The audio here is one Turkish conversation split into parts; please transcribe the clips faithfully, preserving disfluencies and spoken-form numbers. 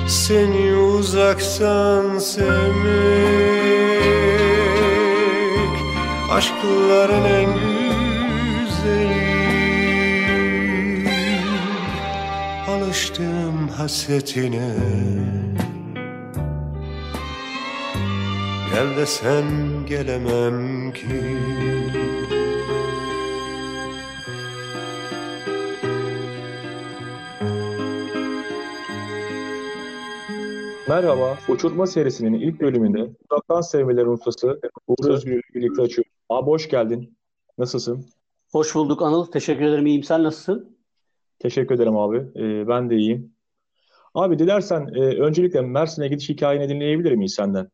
Seni uzaktan sevmek aşkların en güzeli. Alıştım hasretine, gel desen gelemem ki. Merhaba, Uçurtma serisinin ilk bölümünde Uzaktan Sevmelerin ustası Uğur Özgür ile birlikte açıyoruz. Abi hoş geldin. Nasılsın? Hoş bulduk Anıl. Teşekkür ederim. İyiyim. Sen nasılsın? Teşekkür ederim abi. Ee, ben de iyiyim. Abi dilersen e, öncelikle Mersin'e gidiş hikayeni dinleyebilir miyiz senden?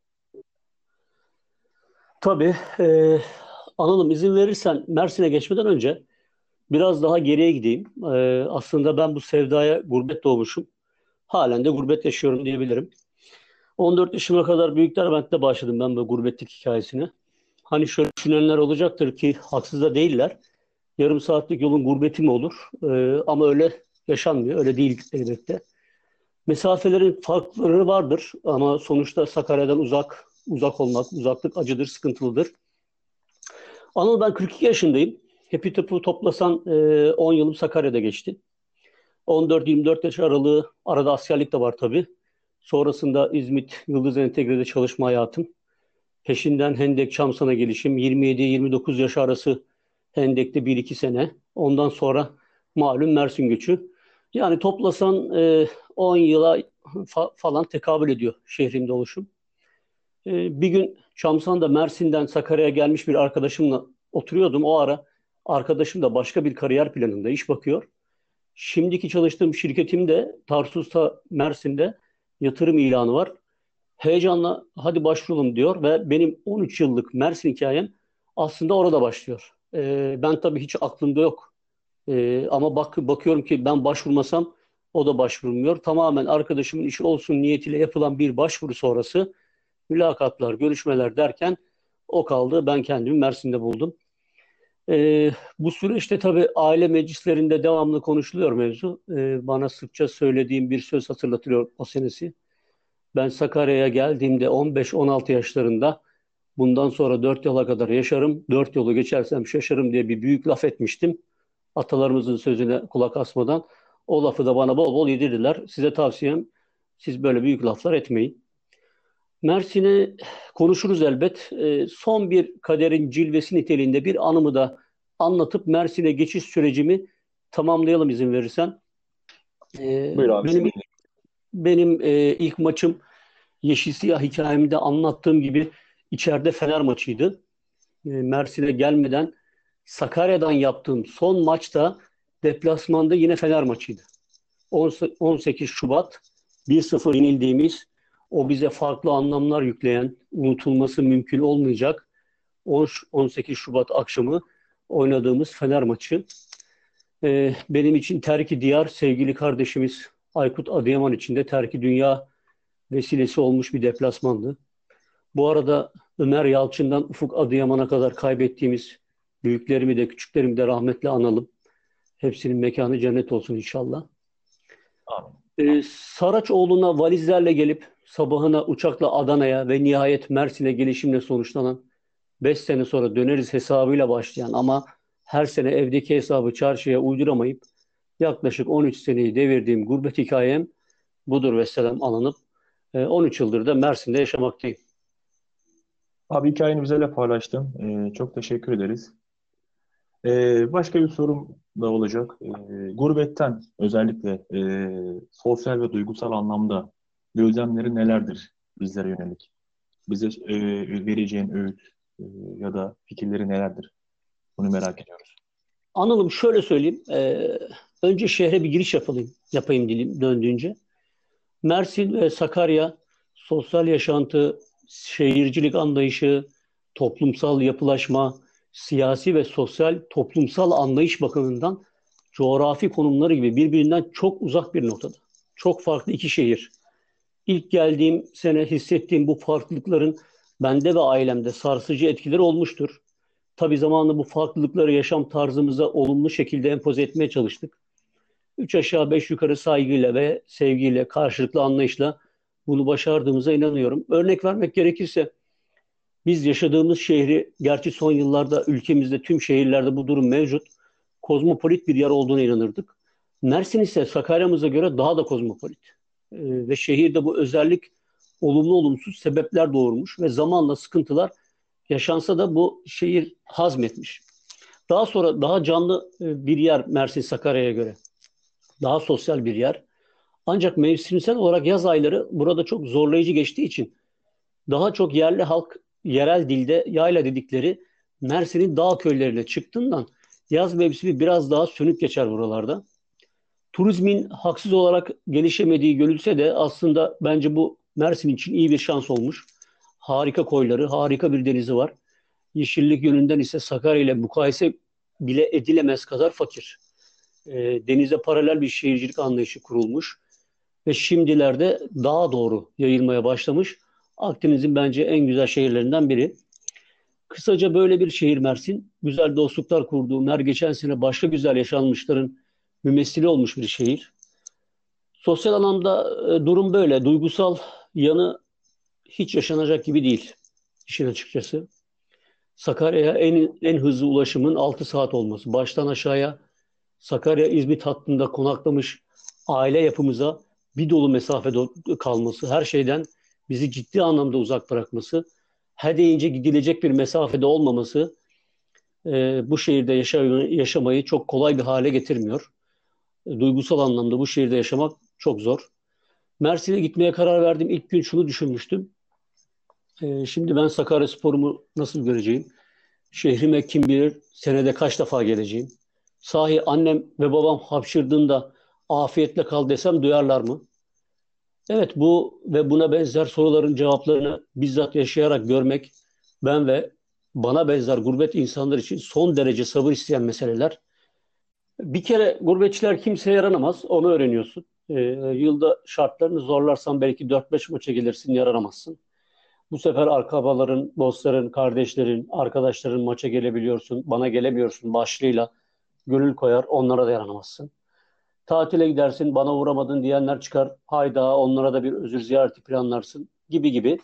Tabii. E, Anıl'ım izin verirsen Mersin'e geçmeden önce biraz daha geriye gideyim. E, aslında ben bu sevdaya gurbet doğmuşum. Halen de gurbet yaşıyorum diyebilirim. on dört yaşıma kadar Büyükderbent'te başladım ben bu gurbetlik hikayesine. Hani şöyle düşünenler olacaktır ki haksız da değiller. Yarım saatlik yolun gurbeti mi olur? E, ama öyle yaşanmıyor. Öyle değil elbette. Mesafelerin farkları vardır ama sonuçta Sakarya'dan uzak, uzak olmak, uzaklık acıdır, sıkıntılıdır. Anıl ben kırk iki yaşındayım. Hepi topu toplasan e, on yılım Sakarya'da geçti. on dört yirmi dört yaş aralığı, arada askerlik de var tabii. Sonrasında İzmit Yıldız Entegre'de çalışma hayatım. Peşinden Hendek Çamsan'a gelişim. yirmi yedi yirmi dokuz yaş arası Hendek'te bir iki sene. Ondan sonra malum Mersin göçü. Yani toplasan e, on yıla fa- falan tekabül ediyor şehrimde oluşum. E, bir gün Çamsan'da Mersin'den Sakarya'ya gelmiş bir arkadaşımla oturuyordum. O ara arkadaşım da başka bir kariyer planında iş bakıyor. Şimdiki çalıştığım şirketimde Tarsus'ta Mersin'de yatırım ilanı var. Heyecanla hadi başvuralım diyor ve benim on üç yıllık Mersin hikayem aslında orada başlıyor. E, ben tabii hiç aklımda yok. Ee, ama bak bakıyorum ki ben başvurmasam o da başvurmuyor. Tamamen arkadaşımın işi olsun niyetiyle yapılan bir başvuru sonrası mülakatlar, görüşmeler derken o kaldı. Ben kendimi Mersin'de buldum. Ee, bu süreçte tabii aile meclislerinde devamlı konuşuluyor mevzu. Ee, bana sıkça söylediğim bir söz hatırlatıyor o senesi. Ben Sakarya'ya geldiğimde on beş on altı yaşlarında bundan sonra dört yıla kadar yaşarım, dört yolu geçersem şaşarım diye bir büyük laf etmiştim. Atalarımızın sözüne kulak asmadan o lafı da bana bol bol yedirdiler. Size tavsiyem siz böyle büyük laflar etmeyin. Mersin'e konuşuruz elbet. Ee, son bir kaderin cilvesi niteliğinde bir anımı da anlatıp Mersin'e geçiş sürecimi tamamlayalım izin verirsen. Ee, Buyur abi seni benim dinliyorum. benim e, ilk maçım Yeşil Siyah hikayemde anlattığım gibi içeride Fener maçıydı. E, Mersin'e gelmeden Sakarya'dan yaptığım son maçta deplasmanda yine Fener maçıydı. on sekiz Şubat bir sıfır yenildiğimiz o bize farklı anlamlar yükleyen unutulması mümkün olmayacak on sekiz Şubat akşamı oynadığımız Fener maçı. E, benim için terki diyar sevgili kardeşimiz Aykut Adıyaman için de terki dünya vesilesi olmuş bir deplasmandı. Bu arada Ömer Yalçın'dan Ufuk Adıyaman'a kadar kaybettiğimiz büyüklerimi de küçüklerimi de rahmetle analım. Hepsinin mekanı cennet olsun inşallah. Amin. Ee, Saraçoğlu'na valizlerle gelip sabahına uçakla Adana'ya ve nihayet Mersin'e gelişimle sonuçlanan beş sene sonra döneriz hesabıyla başlayan ama her sene evdeki hesabı çarşıya uyduramayıp yaklaşık on üç seneyi devirdiğim gurbet hikayem budur vesselam alınıp e, on üç yıldır da Mersin'de yaşamaktayım. Abi hikayeni bizlerle paylaştın. Ee, çok teşekkür ederiz. Ee, başka bir sorum da olacak. Ee, gurbetten özellikle e, sosyal ve duygusal anlamda gözlemleri nelerdir bizlere yönelik? Bize e, vereceğin öğüt e, ya da fikirleri nelerdir? Bunu merak ediyoruz. Anılım şöyle söyleyeyim. E, önce şehre bir giriş yapayım, yapayım dilim döndüğünce. Mersin ve Sakarya sosyal yaşantı, şehircilik anlayışı, toplumsal yapılaşma, siyasi ve sosyal toplumsal anlayış bakımından coğrafi konumları gibi birbirinden çok uzak bir noktada. Çok farklı iki şehir. İlk geldiğim sene hissettiğim bu farklılıkların bende ve ailemde sarsıcı etkileri olmuştur. Tabii zamanında bu farklılıkları yaşam tarzımıza olumlu şekilde empoze etmeye çalıştık. Üç aşağı beş yukarı saygıyla ve sevgiyle, karşılıklı anlayışla Bunu başardığımıza inanıyorum. Örnek vermek gerekirse biz yaşadığımız şehri, gerçi son yıllarda ülkemizde tüm şehirlerde bu durum mevcut, kozmopolit bir yer olduğuna inanırdık. Mersin ise Sakarya'mıza göre daha da kozmopolit. Ee, ve şehirde bu özellik olumlu olumsuz sebepler doğurmuş ve zamanla sıkıntılar yaşansa da bu şehir hazmetmiş. Daha sonra daha canlı e, bir yer Mersin Sakarya'ya göre. Daha sosyal bir yer. Ancak mevsimsel olarak yaz ayları burada çok zorlayıcı geçtiği için daha çok yerli halk yerel dilde yayla dedikleri Mersin'in dağ köylerine çıktığından yaz mevsimi biraz daha sönük geçer buralarda. Turizmin haksız olarak gelişemediği görülse de aslında bence bu Mersin için iyi bir şans olmuş. Harika koyları, harika bir denizi var. Yeşillik yönünden ise Sakarya ile mukayese bile edilemez kadar fakir. E, denize paralel bir şehircilik anlayışı kurulmuş ve şimdilerde dağa doğru yayılmaya başlamış. Akdeniz'in bence en güzel şehirlerinden biri. Kısaca böyle bir şehir Mersin. Güzel dostluklar kurduğum, her geçen sene başka güzel yaşanmışların mümessili olmuş bir şehir. Sosyal anlamda e, durum böyle. Duygusal yanı hiç yaşanacak gibi değil işin açıkçası. Sakarya'ya en, en hızlı ulaşımın altı saat olması. Baştan aşağıya Sakarya-İzmit hattında konaklamış aile yapımıza bir dolu mesafede kalması, her şeyden bizi ciddi anlamda uzak bırakması, her deyince gidilecek bir mesafede olmaması e, bu şehirde yaşa- yaşamayı çok kolay bir hale getirmiyor. E, duygusal anlamda bu şehirde yaşamak çok zor. Mersin'e gitmeye karar verdim. İlk gün şunu düşünmüştüm. E, şimdi ben Sakaryaspor'umu nasıl göreceğim? Şehrime kim bilir senede kaç defa geleceğim? Sahi annem ve babam hapşırdığında afiyetle kal desem duyarlar mı? Evet, bu ve buna benzer soruların cevaplarını bizzat yaşayarak görmek ben ve bana benzer gurbet insanlar için son derece sabır isteyen meseleler. Bir kere gurbetçiler kimseye yaranamaz, onu öğreniyorsun. Ee, yılda şartlarını zorlarsan belki dört beş maça gelirsin, yaranamazsın. Bu sefer akrabaların, dostların, kardeşlerin, arkadaşların maça gelebiliyorsun, bana gelemiyorsun başlığıyla gönül koyar, onlara da yaranamazsın. Tatile gidersin, bana uğramadın diyenler çıkar. Hayda, onlara da bir özür ziyareti planlarsın gibi gibi.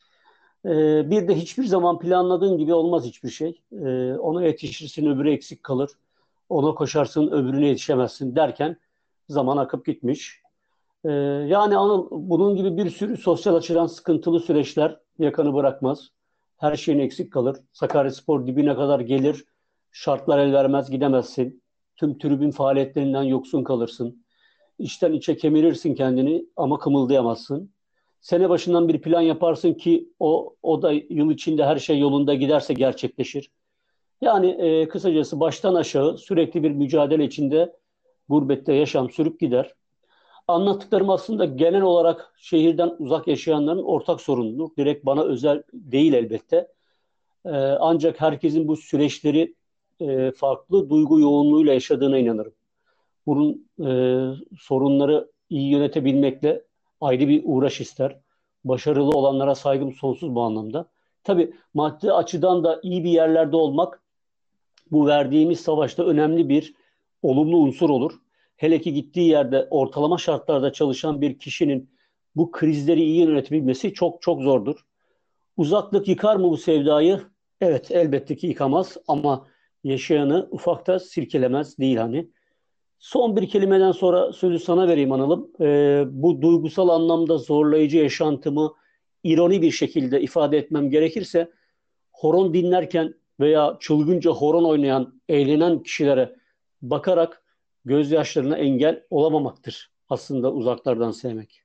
Ee, bir de hiçbir zaman planladığın gibi olmaz hiçbir şey. Ee, ona yetişirsin, öbürü eksik kalır. Ona koşarsın, öbürüne yetişemezsin derken zaman akıp gitmiş. Ee, yani Anıl, bunun gibi bir sürü sosyal açıdan sıkıntılı süreçler yakanı bırakmaz. Her şeyin eksik kalır. Sakaryaspor dibine kadar gelir. Şartlar el vermez, gidemezsin. Tüm tribün faaliyetlerinden yoksun kalırsın. İçten içe kemirirsin kendini ama kımıldayamazsın. Sene başından bir plan yaparsın ki o, o da yıl içinde her şey yolunda giderse gerçekleşir. Yani e, kısacası baştan aşağı sürekli bir mücadele içinde gurbette yaşam sürüp gider. Anlattıklarım aslında genel olarak şehirden uzak yaşayanların ortak sorunudur. Direkt bana özel değil elbette. Ee, ancak herkesin bu süreçleri e, farklı duygu yoğunluğuyla yaşadığına inanırım. Bunun e, sorunları iyi yönetebilmekle ayrı bir uğraş ister. Başarılı olanlara saygım sonsuz bu anlamda. Tabii maddi açıdan da iyi bir yerlerde olmak bu verdiğimiz savaşta önemli bir olumlu unsur olur. Hele ki gittiği yerde ortalama şartlarda çalışan bir kişinin bu krizleri iyi yönetebilmesi çok çok zordur. Uzaklık yıkar mı bu sevdayı? Evet, elbette ki yıkamaz ama yaşayanı ufakta sirkelemez değil hani. Son bir kelimeden sonra sözü sana vereyim Anıl'ım. Ee, bu duygusal anlamda zorlayıcı yaşantımı ironi bir şekilde ifade etmem gerekirse horon dinlerken veya çılgınca horon oynayan, eğlenen kişilere bakarak gözyaşlarına engel olamamaktır aslında uzaklardan sevmek.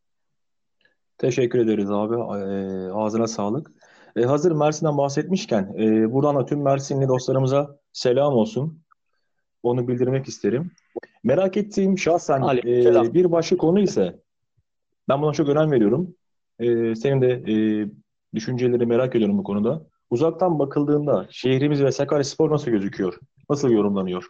Teşekkür ederiz abi. Ee, ağzına sağlık. Ee, hazır Mersin'den bahsetmişken e, buradan da tüm Mersinli dostlarımıza selam olsun. Onu bildirmek isterim. Merak ettiğim şahsen Aleykümselam. e, bir başka konu ise ben buna çok önem veriyorum. E, senin de e, düşünceleri merak ediyorum bu konuda. Uzaktan bakıldığında şehrimiz ve Sakaryaspor nasıl gözüküyor? Nasıl yorumlanıyor?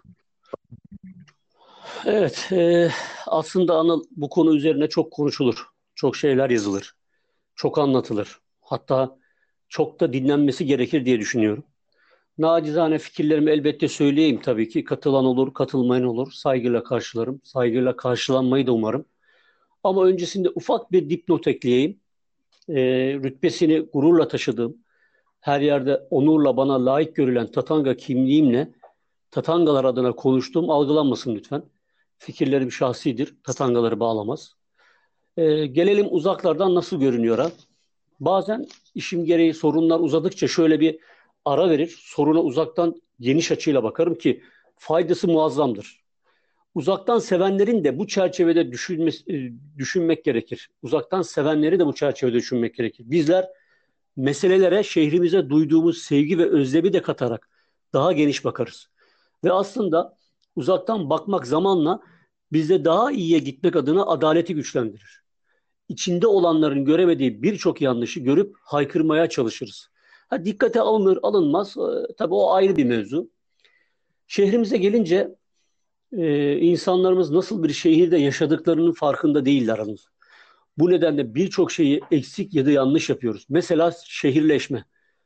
Evet, e, aslında Anıl, bu konu üzerine çok konuşulur. Çok şeyler yazılır. Çok anlatılır. Hatta çok da dinlenmesi gerekir diye düşünüyorum. Nacizane fikirlerimi elbette söyleyeyim tabii ki. Katılan olur, katılmayan olur. Saygıyla karşılarım. Saygıyla karşılanmayı da umarım. Ama öncesinde ufak bir dipnot ekleyeyim. E, Rütbesini gururla taşıdığım, her yerde onurla bana layık görülen Tatanga kimliğimle Tatangalar adına konuştuğum algılanmasın lütfen. Fikirlerim şahsidir, Tatangaları bağlamaz. E, gelelim uzaklardan nasıl görünüyor ha? Bazen işim gereği sorunlar uzadıkça şöyle bir ara verir, soruna uzaktan geniş açıyla bakarım ki faydası muazzamdır. Uzaktan sevenlerin de bu çerçevede düşünmesi, e, düşünmek gerekir. Uzaktan sevenleri de bu çerçevede düşünmek gerekir. Bizler meselelere şehrimize duyduğumuz sevgi ve özlemi de katarak daha geniş bakarız. Ve aslında uzaktan bakmak zamanla bizde daha iyiye gitmek adına adaleti güçlendirir. İçinde olanların göremediği birçok yanlışı görüp haykırmaya çalışırız. Ha, dikkate alınır alınmaz e, tabii o ayrı bir mevzu. Şehrimize gelince e, insanlarımız nasıl bir şehirde yaşadıklarının farkında değiller henüz. Bu nedenle birçok şeyi eksik ya da yanlış yapıyoruz. Mesela şehirleşme.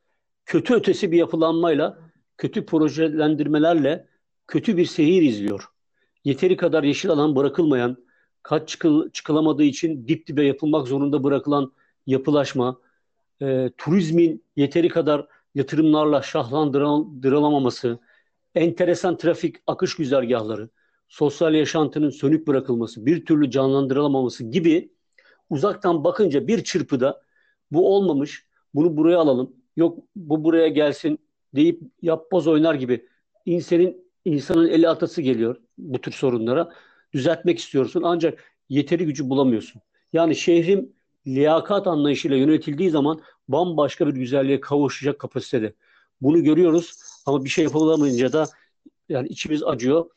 Kötü ötesi bir yapılanmayla, kötü projelendirmelerle kötü bir seyir izliyor. Yeteri kadar yeşil alan bırakılmayan, kat çıkıl, çıkılamadığı için dip dibe yapılmak zorunda bırakılan yapılaşma, e, turizmin yeteri kadar yatırımlarla şahlandırılamaması, enteresan trafik akış güzergahları, sosyal yaşantının sönük bırakılması, bir türlü canlandırılamaması gibi uzaktan bakınca bir çırpıda bu olmamış, bunu buraya alalım, yok bu buraya gelsin deyip yapboz oynar gibi insanın, insanın eli atası geliyor bu tür sorunlara. Düzeltmek istiyorsun ancak yeteri gücü bulamıyorsun. Yani şehrin liyakat anlayışıyla yönetildiği zaman bambaşka bir güzelliğe kavuşacak kapasitede. Bunu görüyoruz ama bir şey yapılamayınca da yani içimiz acıyor.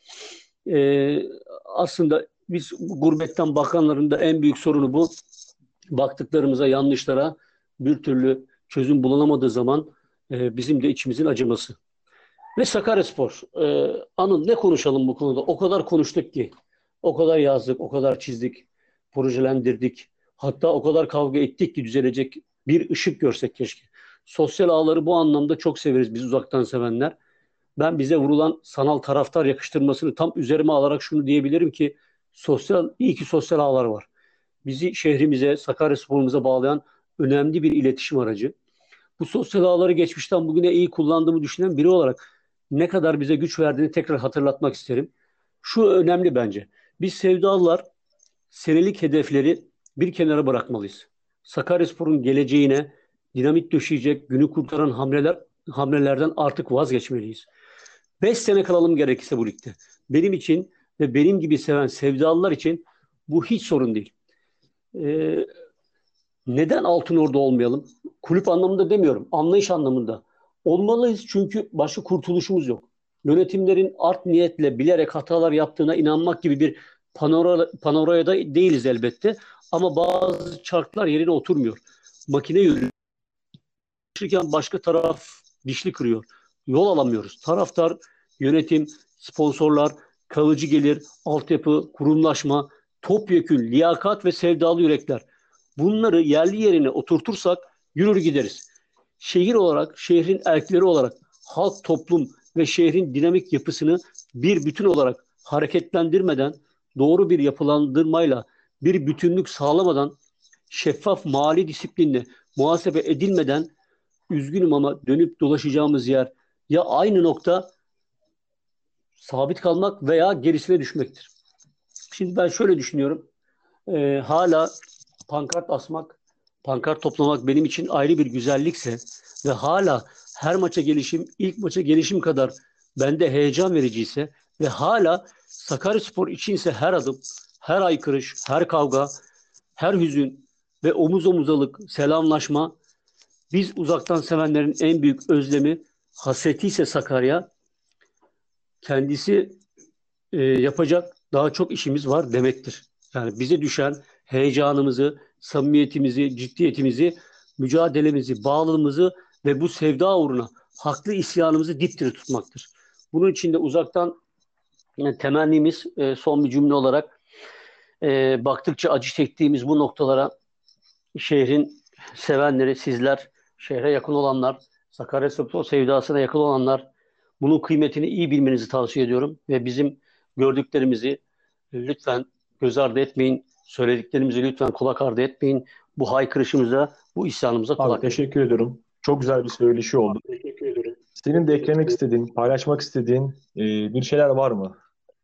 Ee, aslında biz gurbetten bakanların da en büyük sorunu bu. Baktıklarımıza, yanlışlara bir türlü çözüm bulunamadığı zaman e, bizim de içimizin acıması. Ve Sakaryaspor. E, Anıl ne konuşalım bu konuda? O kadar konuştuk ki. O kadar yazdık, o kadar çizdik, projelendirdik. Hatta o kadar kavga ettik ki düzelecek bir ışık görsek keşke. Sosyal ağları bu anlamda çok severiz biz uzaktan sevenler. Ben bize vurulan sanal taraftar yakıştırmasını tam üzerime alarak şunu diyebilirim ki sosyal, iyi ki sosyal ağlar var. Bizi şehrimize, Sakaryaspor'umuza bağlayan önemli bir iletişim aracı. Bu sosyal ağları geçmişten bugüne iyi kullandığımı düşünen biri olarak ne kadar bize güç verdiğini tekrar hatırlatmak isterim. Şu önemli bence. Biz sevdalılar senelik hedefleri bir kenara bırakmalıyız. Sakaryaspor'un geleceğine dinamit döşeyecek, günü kurtaran hamleler hamlelerden artık vazgeçmeliyiz. Beş sene kalalım gerekirse bu ligde. Benim için ve benim gibi seven sevdalılar için bu hiç sorun değil. Ee, neden Altınordu olmayalım? Kulüp anlamında demiyorum, anlayış anlamında. Olmalıyız çünkü başka kurtuluşumuz yok. Yönetimlerin art niyetle bilerek hatalar yaptığına inanmak gibi bir panora, panoraya da değiliz elbette. Ama bazı çarklar yerine oturmuyor. Makine yürüyor. Başka taraf dişli kırıyor. Yol alamıyoruz. Taraftar, yönetim, sponsorlar, kalıcı gelir, altyapı, kurumlaşma, topyekün, liyakat ve sevdalı yürekler. Bunları yerli yerine oturtursak yürür gideriz. Şehir olarak, şehrin erkleri olarak halk, toplum ve şehrin dinamik yapısını bir bütün olarak hareketlendirmeden, doğru bir yapılandırmayla, bir bütünlük sağlamadan, şeffaf mali disiplinle muhasebe edilmeden üzgünüm ama dönüp dolaşacağımız yer ya aynı nokta sabit kalmak veya gerisine düşmektir. Şimdi ben şöyle düşünüyorum. Ee, hala pankart asmak, pankart toplamak benim için ayrı bir güzellikse ve hala her maça gelişim, ilk maça gelişim kadar bende heyecan vericiyse ve hala Sakaryaspor içinse her adım, her aykırış, her kavga, her hüzün ve omuz omuzalık, selamlaşma, biz uzaktan sevenlerin en büyük özlemi, hasreti ise Sakarya, kendisi e, yapacak daha çok işimiz var demektir. Yani bize düşen heyecanımızı, samimiyetimizi, ciddiyetimizi, mücadelemizi, bağlılığımızı ve bu sevda uğruna haklı isyanımızı dipdiri tutmaktır. Bunun için de uzaktan yani temennimiz e, son bir cümle olarak e, baktıkça acı çektiğimiz bu noktalara şehrin sevenleri, sizler, şehre yakın olanlar, Sakaryaspor sevdasına yakın olanlar bunun kıymetini iyi bilmenizi tavsiye ediyorum ve bizim gördüklerimizi lütfen göz ardı etmeyin. Söylediklerimizi lütfen kulak ardı etmeyin. Bu haykırışımıza, bu isyanımıza Abi kulak verin. teşekkür ediyorum. Çok güzel bir söyleşi oldu. Teşekkür ederim. Senin de eklemek istediğin, paylaşmak istediğin e, bir şeyler var mı?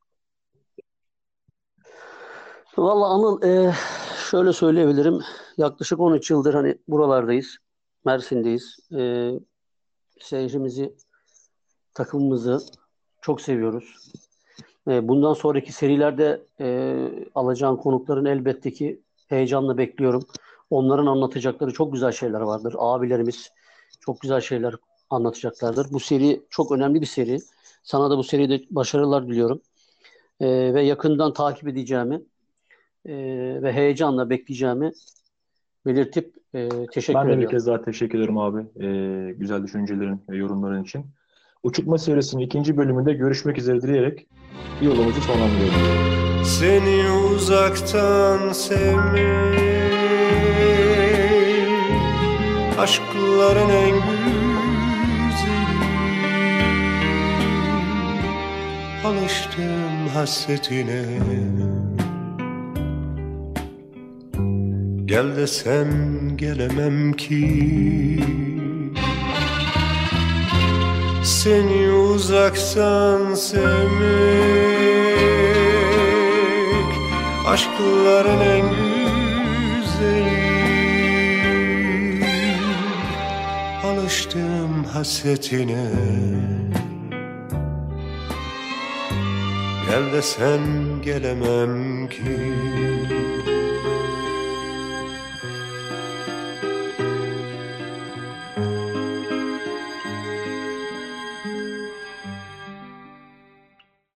Valla Anıl, e, şöyle söyleyebilirim. Yaklaşık on üç yıldır hani buralardayız. Mersin'deyiz. E, şehrimizi, takımımızı çok seviyoruz. E, bundan sonraki serilerde e, alacağın konukların elbette ki heyecanla bekliyorum. Onların anlatacakları çok güzel şeyler vardır. Abilerimiz çok güzel şeyler anlatacaklardır. Bu seri çok önemli bir seri. Sana da bu seride başarılar diliyorum. E, ve yakından takip edeceğimi e, ve heyecanla bekleyeceğimi belirtip e, teşekkür Ben de bir ediyorum. kez daha teşekkür ederim abi. E, güzel düşüncelerin ve yorumların için. Uçurtma serisinin ikinci bölümünde görüşmek üzere dileyerek yolumuzu sonlandırıyoruz. Seni uzaktan sevmek aşkların en güzeli. Alıştım hasretine, gel desem gelemem ki. Seni uzaktan sevmek aşkların en güzeli. Alıştım hasretine, gel desem gelemem ki.